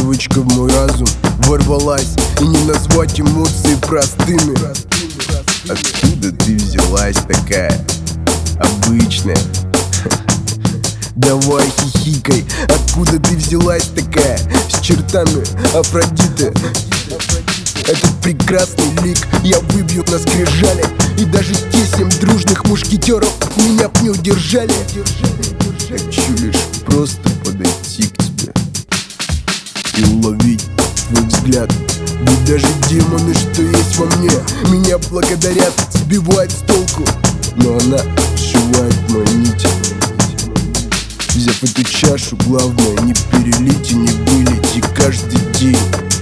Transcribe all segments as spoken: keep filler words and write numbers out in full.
девочка в мой разум ворвалась, и не назвать эмоции простыми. Откуда ты взялась такая обычная? Давай хихикай, откуда ты взялась такая, с чертами Афродиты? Этот прекрасный лик я выбью на скрижали, и даже те семь дружных мушкетеров меня б не удержали. Хочу лишь просто подойти к тебе и уловить твой взгляд. Ведь даже демоны, что есть во мне, меня благодарят, сбивают с толку. Но она сшивает мои нити. Взяв эту чашу, главное не перелить и не вылить. И каждый день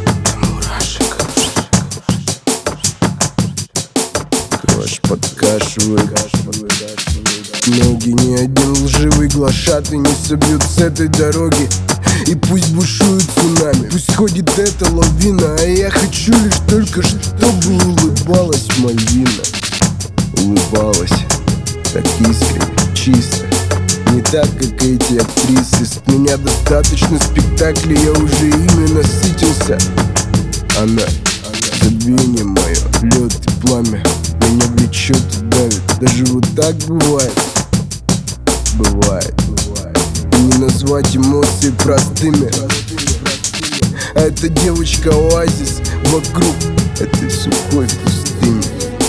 кровь подкашивает. Ноги ни один лживый глашатый не собьет с этой дороги. И пусть бушует цунами, пусть ходит эта лавина, а я хочу лишь только, чтобы улыбалась Мальвина. Улыбалась так искренне, чисто, не так, как эти актрисы. С меня достаточно спектаклей, я уже ими насытился. Она, забвение мое, лед и пламя, меня влечет и давит. Даже вот так бывает, бывает, бывает. И не назвать эмоции простыми. А эта девочка оазис вокруг этой сухой пустыни.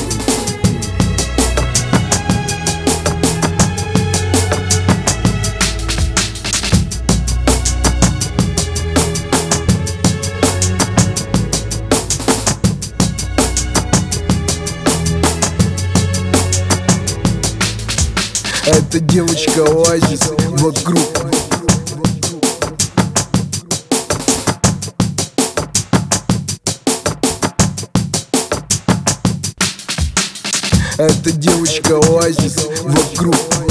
Эта девочка оазис вокруг. Эта девочка оазис вокруг.